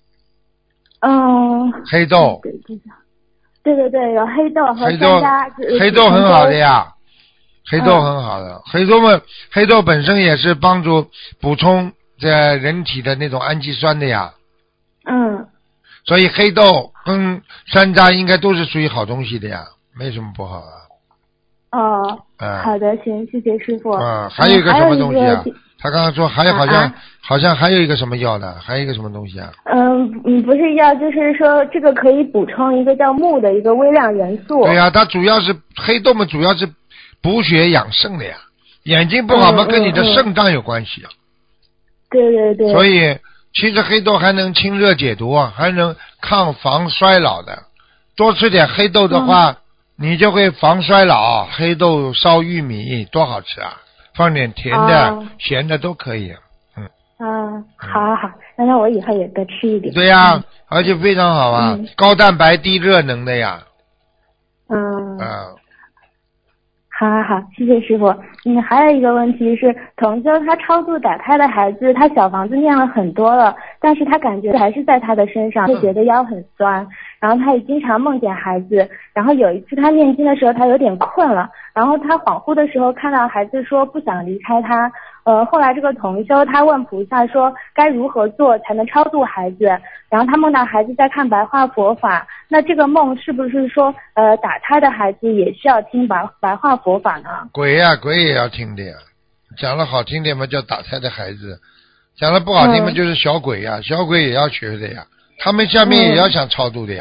嗯。 黑豆。 对对对，有黑豆和山楂。 黑豆很好的呀，黑豆很好的，嗯、黑豆们黑豆本身也是帮助补充这人体的那种氨基酸的呀。 嗯。 所以黑豆跟山楂应该都是属于好东西的呀，没什么不好啊。 哦， 嗯、 好的，行，谢谢师傅。 啊，还有一个什么东西啊？ 嗯、 他刚刚说还有好像、 啊、 好像还有一个什么药呢？还有一个什么东西啊？ 嗯嗯，不是药，就是说这个可以补充一个叫钼的一个微量元素。 对呀、啊，它主要是黑豆嘛，主要是补血养肾的呀。眼睛不好嘛， 嗯、 跟你的肾脏有关系啊。 对对对。 所以其实黑豆还能清热解毒啊，还能抗防衰老的。多吃点黑豆的话。嗯，你就会防衰老，黑豆烧玉米多好吃啊！放点甜的、哦、咸的都可以。嗯。 嗯，好好好，那那我以后也多吃一点。 对呀、啊嗯，而且非常好啊，嗯、高蛋白低热能的呀。 嗯。 嗯。 好好好，谢谢师傅。嗯，还有一个问题是，同修他超度打胎的孩子，他小房子念了很多了，但是他感觉还是在他的身上，就觉得腰很酸。然后他也经常梦见孩子，然后有一次他念经的时候他有点困了，然后他恍惚的时候看到孩子说不想离开他，呃，后来这个同修他问菩萨说该如何做才能超度孩子，然后他梦到孩子在看白话佛法，那这个梦是不是说呃打胎的孩子也需要听白白话佛法呢？ 鬼呀、啊、鬼也要听的呀，讲了好听点嘛叫打胎的孩子，讲了不好听嘛就是小鬼呀、嗯、小鬼也要学的呀，他们下面也要想超度的呀、嗯、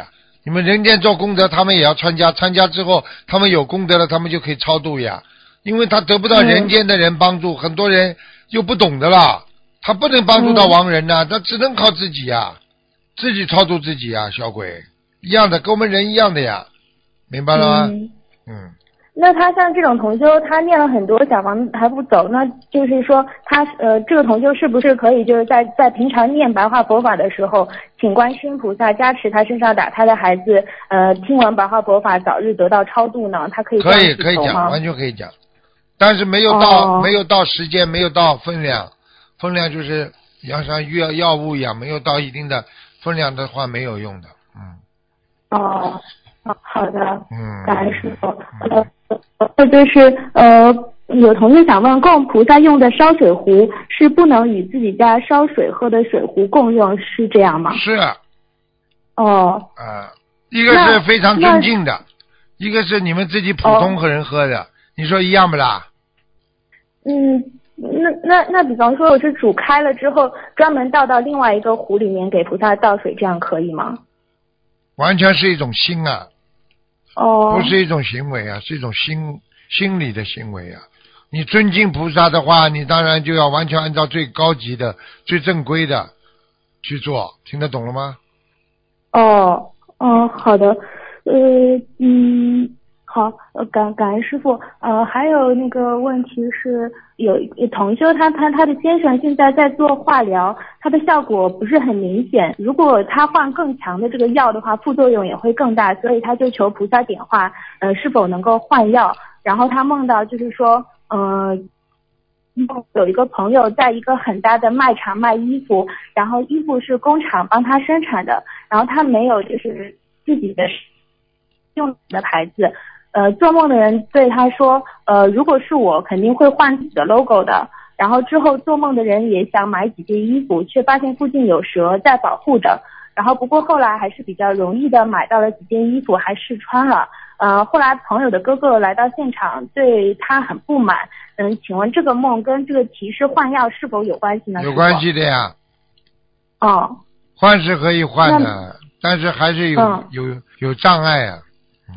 你们人间做功德，他们也要参加，参加之后他们有功德了，他们就可以超度呀。因为他得不到人间的人帮助，嗯、很多人又不懂的啦，他不能帮助到亡人呐、啊，他只能靠自己呀，自己超度自己呀，小鬼一样的，跟我们人一样的呀，明白了吗？ 嗯。 嗯， 那他像这种同修，他念了很多小房子还不走，那就是说他呃这个同修是不是可以就是在在平常念白话佛法的时候，请观世音菩萨加持他身上打胎的孩子，呃听闻白话佛法早日得到超度呢？他可以这样可以可以讲，完全可以讲，但是没有到、哦、没有到时间，没有到分量，分量就是要像药药物一样，没有到一定的分量的话没有用的，嗯。 哦。好好的， 嗯， 感恩师傅。呃，这就是呃，有同学想问，供菩萨用的烧水壶是不能与自己家烧水喝的水壶共用，是这样吗？ 是。 哦。 啊、呃，一个是非常尊敬的，一个是你们自己普通和人喝的，哦、你说一样不啦？ 嗯，那那那，比方说我是煮开了之后，专门倒到另外一个壶里面给菩萨倒水，这样可以吗？ 完全是一种心啊。 哦， 不是一种行为啊，是一种心心理的行为啊。你尊敬菩萨的话，你当然就要完全按照最高级的、最正规的去做，听得懂了吗？ 哦，哦，好的，呃，嗯，好，呃，感感恩师傅。呃，还有那个问题是，有同修他他他的先生现在在做化疗，他的效果不是很明显。如果他换更强的这个药的话，副作用也会更大，所以他就求菩萨点化，呃，是否能够换药。然后他梦到就是说，呃。有一个朋友在一个很大的卖场卖衣服，然后衣服是工厂帮他生产的，然后他没有就是自己的用的牌子。呃，做梦的人对他说，呃，如果是我肯定会换自己的 logo 的。然后之后做梦的人也想买几件衣服，却发现附近有蛇在保护着。然后不过后来还是比较容易的买到了几件衣服，还试穿了。呃，后来朋友的哥哥来到现场，对他很不满。嗯，请问这个梦跟这个提示换药是否有关系呢？ 有关系的呀。 哦。 换是可以换的，但是还是有、嗯、有有障碍啊。 嗯。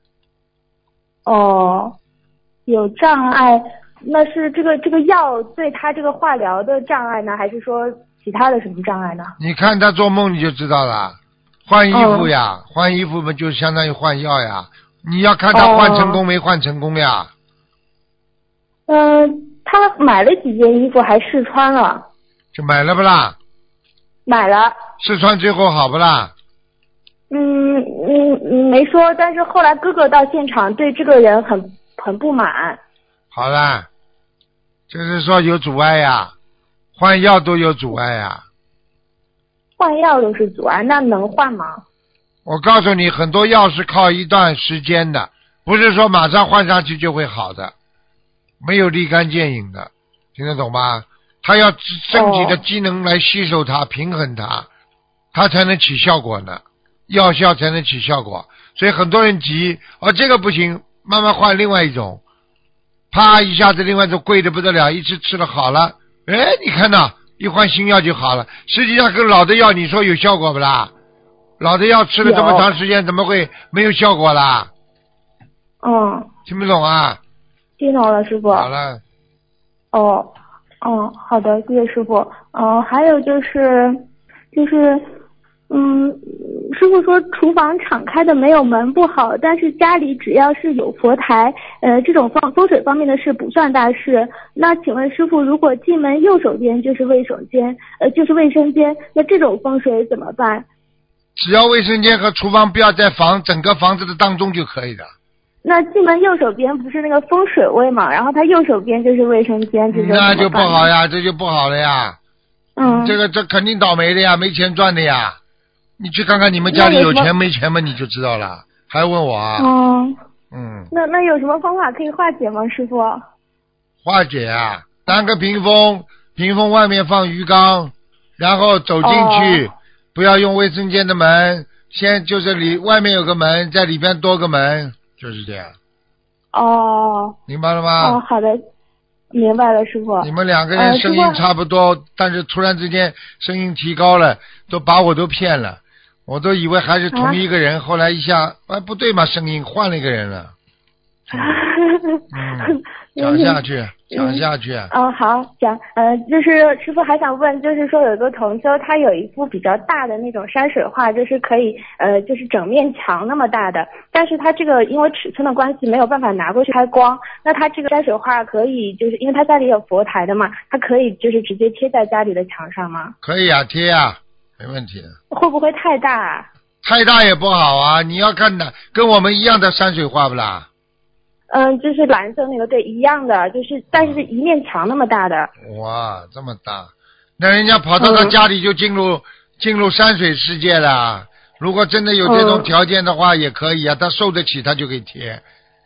哦，有障碍，那是这个这个药对他这个化疗的障碍呢，还是说其他的什么障碍呢？ 你看他做梦你就知道了，换衣服呀，嗯、换衣服嘛就相当于换药呀。你要看他换成功没换成功呀。 嗯、呃，他买了几件衣服还试穿了。 就买了不啦？ 买了。 试穿最后好不啦？ 嗯嗯嗯，没说，但是后来哥哥到现场对这个人很很不满。 好啦，就是说有阻碍呀，换药都有阻碍呀。 换药都是阻碍，那能换吗？ 我告诉你，很多药是靠一段时间的，不是说马上换上去就会好的，没有立竿见影的，听得懂吗？它要身体的机能来吸收它、平衡它，它才能起效果呢，药效才能起效果。所以很多人急，哦，这个不行，慢慢换另外一种，啪一下子另外一种贵的不得了，一次吃了好了，哎，你看呐，一换新药就好了。实际上跟老的药你说有效果不啦？老的药吃了这么长时间，怎么会没有效果啦？ 嗯， 听不懂啊？ 听懂了，师傅。 好了。 哦，嗯，好的，谢谢师傅。嗯、呃，还有就是，就是，嗯，师傅说厨房敞开的没有门不好，但是家里只要是有佛台，呃，这种风风水方面的事不算大事。那请问师傅，如果进门右手边就是卫生间，呃，就是卫生间，那这种风水怎么办？ 只要卫生间和厨房不要在房整个房子的当中就可以的。 那进门右手边不是那个风水位嘛，然后它右手边就是卫生间，这那就不好呀，这就不好了呀。 嗯， 这个这肯定倒霉的呀，没钱赚的呀。你去看看你们家里有钱没钱嘛，你就知道了。还问我啊？ 嗯嗯。 那那有什么方法可以化解吗，师傅？ 化解啊，单个屏风，屏风外面放鱼缸，然后走进去。哦，不要用卫生间的门，先就是里外面有个门，在里边多个门，就是这样。 哦， 明白了吗？ 哦，好的，明白了，师傅。 你们两个人声音差不多，呃、但是突然之间声音提高了，都把我都骗了。 我都以为还是同一个人，啊、后来一下，哎，不对嘛，声音换了一个人了。嗯，讲下去，讲下去。 嗯，哦、好，讲，呃，就是师傅还想问，就是说有个同修，他有一幅比较大的那种山水画，就是可以，呃，就是整面墙那么大的，但是他这个因为尺寸的关系没有办法拿过去开光，那他这个山水画可以，就是因为他家里有佛台的嘛，他可以就是直接贴在家里的墙上吗？ 可以啊，贴啊，没问题的。 会不会太大啊？ 太大也不好啊，你要看的跟我们一样的山水画不啦？ 嗯，就是蓝色那个，对，一样的，就是但是一面墙那么大的。 哇，这么大，那人家跑到他家里就进入、嗯、进入山水世界了。如果真的有这种条件的话，也可以啊，他受得起，他就可以贴。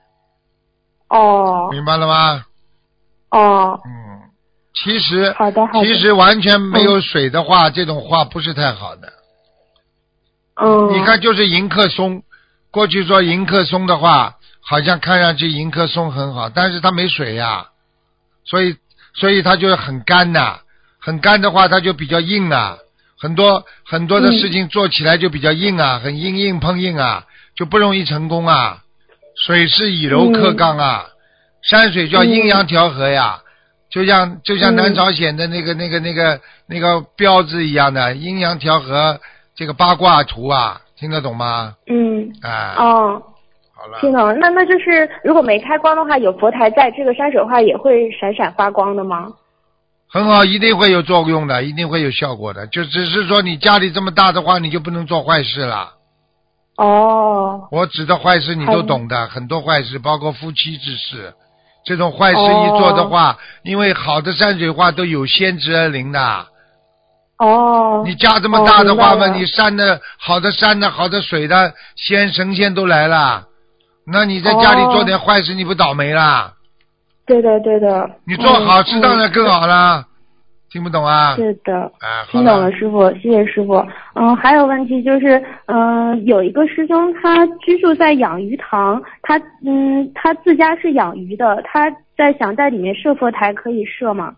哦， 明白了吗？ 哦， 嗯，其实好的好的， 其实完全没有水的话，嗯、这种画不是太好的。 嗯， 你看，就是迎客松，过去说迎客松的话。好像看上去迎客松很好，但是它没水呀、啊，所以所以它就很干呐、啊，很干的话它就比较硬啊，很多很多的事情做起来就比较硬啊，嗯、很硬硬碰硬啊，就不容易成功啊。水是以柔克刚啊，嗯、山水叫阴阳调和呀，嗯、就像就像南朝鲜的那个、嗯、那个那个那个标志一样的阴阳调和，这个八卦图啊，听得懂吗？ 嗯， 啊， 哦。听懂了，那那就是如果没开光的话，有佛台在，这个山水画也会闪闪发光的吗？ 很好，一定会有作用的，一定会有效果的。就只是说你家里这么大的话，你就不能做坏事了。 哦。 我指的坏事你都懂的，很多坏事，包括夫妻之事，这种坏事一做的话，哦、因为好的山水画都有先知而灵的。 哦。 你家这么大的话嘛，哦、你山的好的山的好的水的仙神仙都来了。那你在家里做点坏事，哦、你不倒霉啦？ 对的，对的。 你做好事当然更好啦。嗯、听不懂啊？ 是的。 啊， 听懂了，师傅，谢谢师傅。嗯，还有问题就是，嗯，有一个师兄他居住在养鱼塘，他嗯，他自家是养鱼的，他在想在里面设佛台，可以设吗？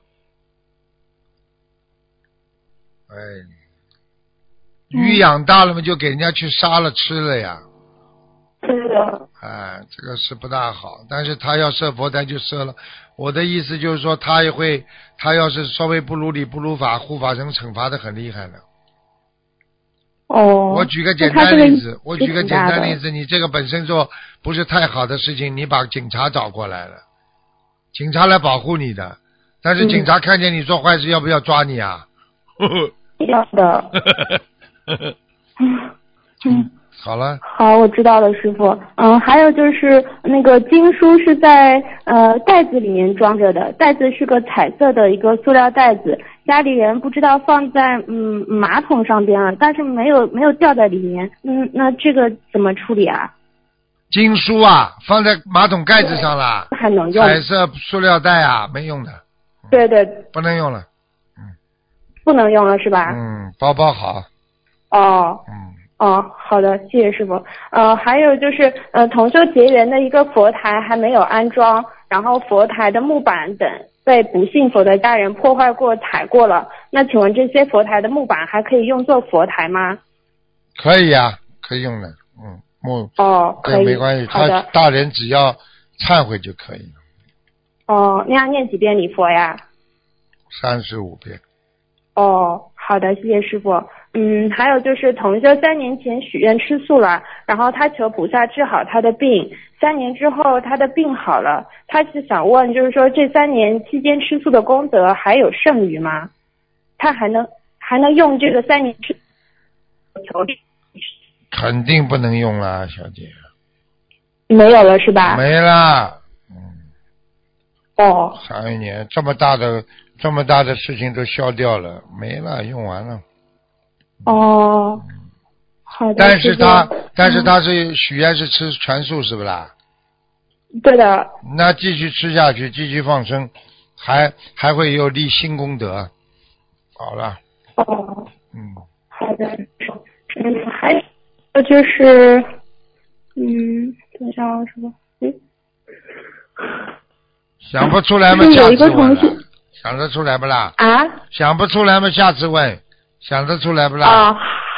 哎，鱼养大了嘛，就给人家去杀了吃了呀。 对的。 哎，这个是不大好，但是他要设佛台就设了。我的意思就是说，他也会，他要是稍微不如理不如法，护法神惩罚的很厉害的。 哦。 我举个简单例子，我举个简单例子，你这个本身做不是太好的事情，你把警察找过来了，警察来保护你的，但是警察看见你做坏事，要不要抓你啊？ 要的。嗯。 好了。 好，我知道了，师傅。嗯，还有就是那个经书是在呃袋子里面装着的，袋子是个彩色的一个塑料袋子，家里人不知道放在嗯马桶上边了，但是没有没有掉在里面。嗯，那这个怎么处理啊？ 经书啊，放在马桶盖子上了， 还能用？ 彩色塑料袋啊，没用的。 对对。 不能用了。 嗯。不能用了是吧？ 嗯，包包好。 哦。 嗯。 哦，好的，谢谢师傅。呃，还有就是，呃，同修结缘的一个佛台还没有安装，然后佛台的木板等被不信佛的家人破坏过、踩过了。那请问这些佛台的木板还可以用作佛台吗？ 可以呀、啊，可以用的。嗯，木哦，可以， 没关系， 他大人只要忏悔就可以了。 哦，那要念几遍礼佛呀？ 三十五遍。 哦，好的，谢谢师傅。嗯，还有就是同修三年前许愿吃素了，然后他求菩萨治好他的病，三年之后他的病好了，他是想问，就是说这三年期间吃素的功德还有剩余吗？他还能还能用这个三年吃求病？ 肯定不能用了，小姐。 没有了是吧？ 没了。嗯。 哦。 上一年这么大的这么大的事情都消掉了，没了，用完了。 哦，好的。 但是他，但是他是许愿是吃全素，是不啦？ 对的。 那继续吃下去，继续放生，还还会有立新功德。好了。 哦。 嗯。 好的。嗯，还有就是，嗯，等一下啊，什么？嗯。 想不出来吗？下次问了。想得出来不啦？ 啊？ 想不出来吗？下次问。想得出来不啦？ 啊，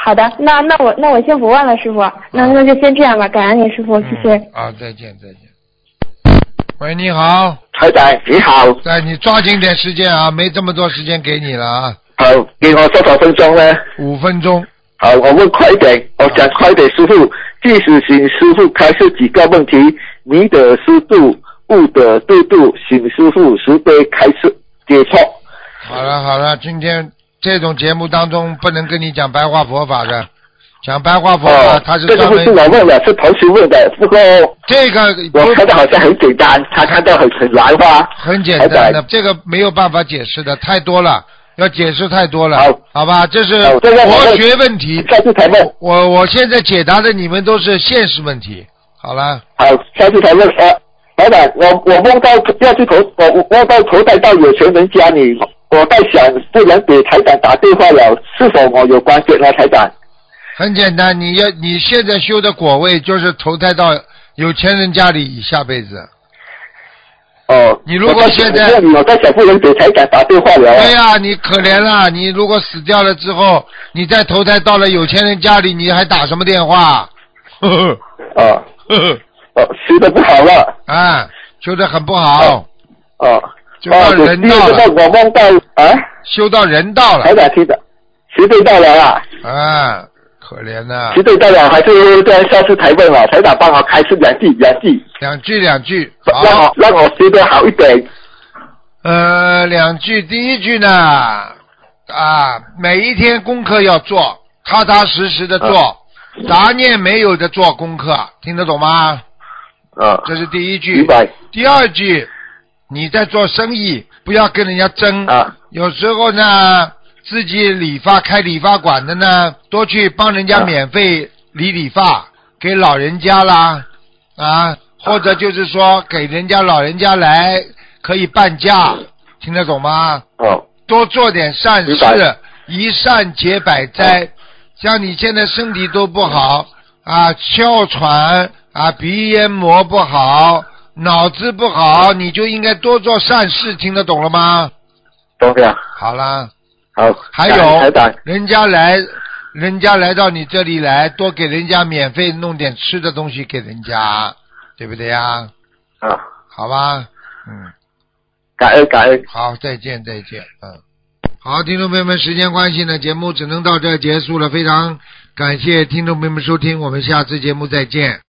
好的，那那我那我先不问了，师傅，那那就先这样吧，感恩您师傅，谢谢。 嗯、啊，再见再见。喂，你好， 台长你好。 哎，你抓紧点时间啊，没这么多时间给你了啊。 好，给我多少分钟呢？ 五分钟。 好，我问快点，我讲快点，师傅。即使请师傅开示几个问题：迷的湿度、悟的度度，请师傅慈悲开示解错。 好了好了，今天这种节目当中不能跟你讲白话佛法的，讲白话佛法， 哦、 他是这个不是我问的，是同学问的。不过这个我看到好像很简单，他看到很很难吧？ 很简单的，这个没有办法解释的，太多了。要解释太多了， 好， 好吧，这是佛学问题。 下次才问。 我我现在解答的你们都是现实问题。好了。 好，下次才问。呃，老板，我我梦到要去投，我我梦到投胎到有钱人家里，我在想，不能给台长打电话了，是否我有关系呢？台长。 很简单，你要你现在修的果位就是投胎到有钱人家里下辈子。 哦， 你如果现在我在想不能给台长打电话了。 对呀、啊，你可怜了。你如果死掉了之后，你再投胎到了有钱人家里，你还打什么电话？呵呵哦呵呵哦，修的不好了。 啊，修的很不好。 哦， 修到人道了。 我梦到啊， 修到人道了。 台长听的，修对到了啊。 啊。可怜呐！ 是对到了，还是在下次才问了？台长帮我开示两句，两句， 两句两句， 让我让我学得好一点。 呃，两句，第一句呢，啊，每一天功课要做，踏踏实实的做，啊、杂念没有的做功课，听得懂吗？ 啊， 这是第一句。 明白。 第二句，你在做生意，不要跟人家争。 啊， 有时候呢。自己理发开理发馆的呢，多去帮人家免费理理发，啊、给老人家啦，啊，或者就是说给人家老人家来可以半价，听得懂吗？ 哦， 多做点善事，一善解百灾。像你现在身体都不好啊，哮喘啊，鼻咽膜不好，脑子不好，你就应该多做善事，听得懂了吗？ 懂了。 好啦。 好， 还有人家来，人家来到你这里来，多给人家免费弄点吃的东西给人家，对不对呀？ 啊， 好吧，嗯， 感恩感恩。 好，再见再见，嗯，好，听众朋友们，时间关系呢，节目只能到这结束了，非常感谢听众朋友们收听，我们下次节目再见。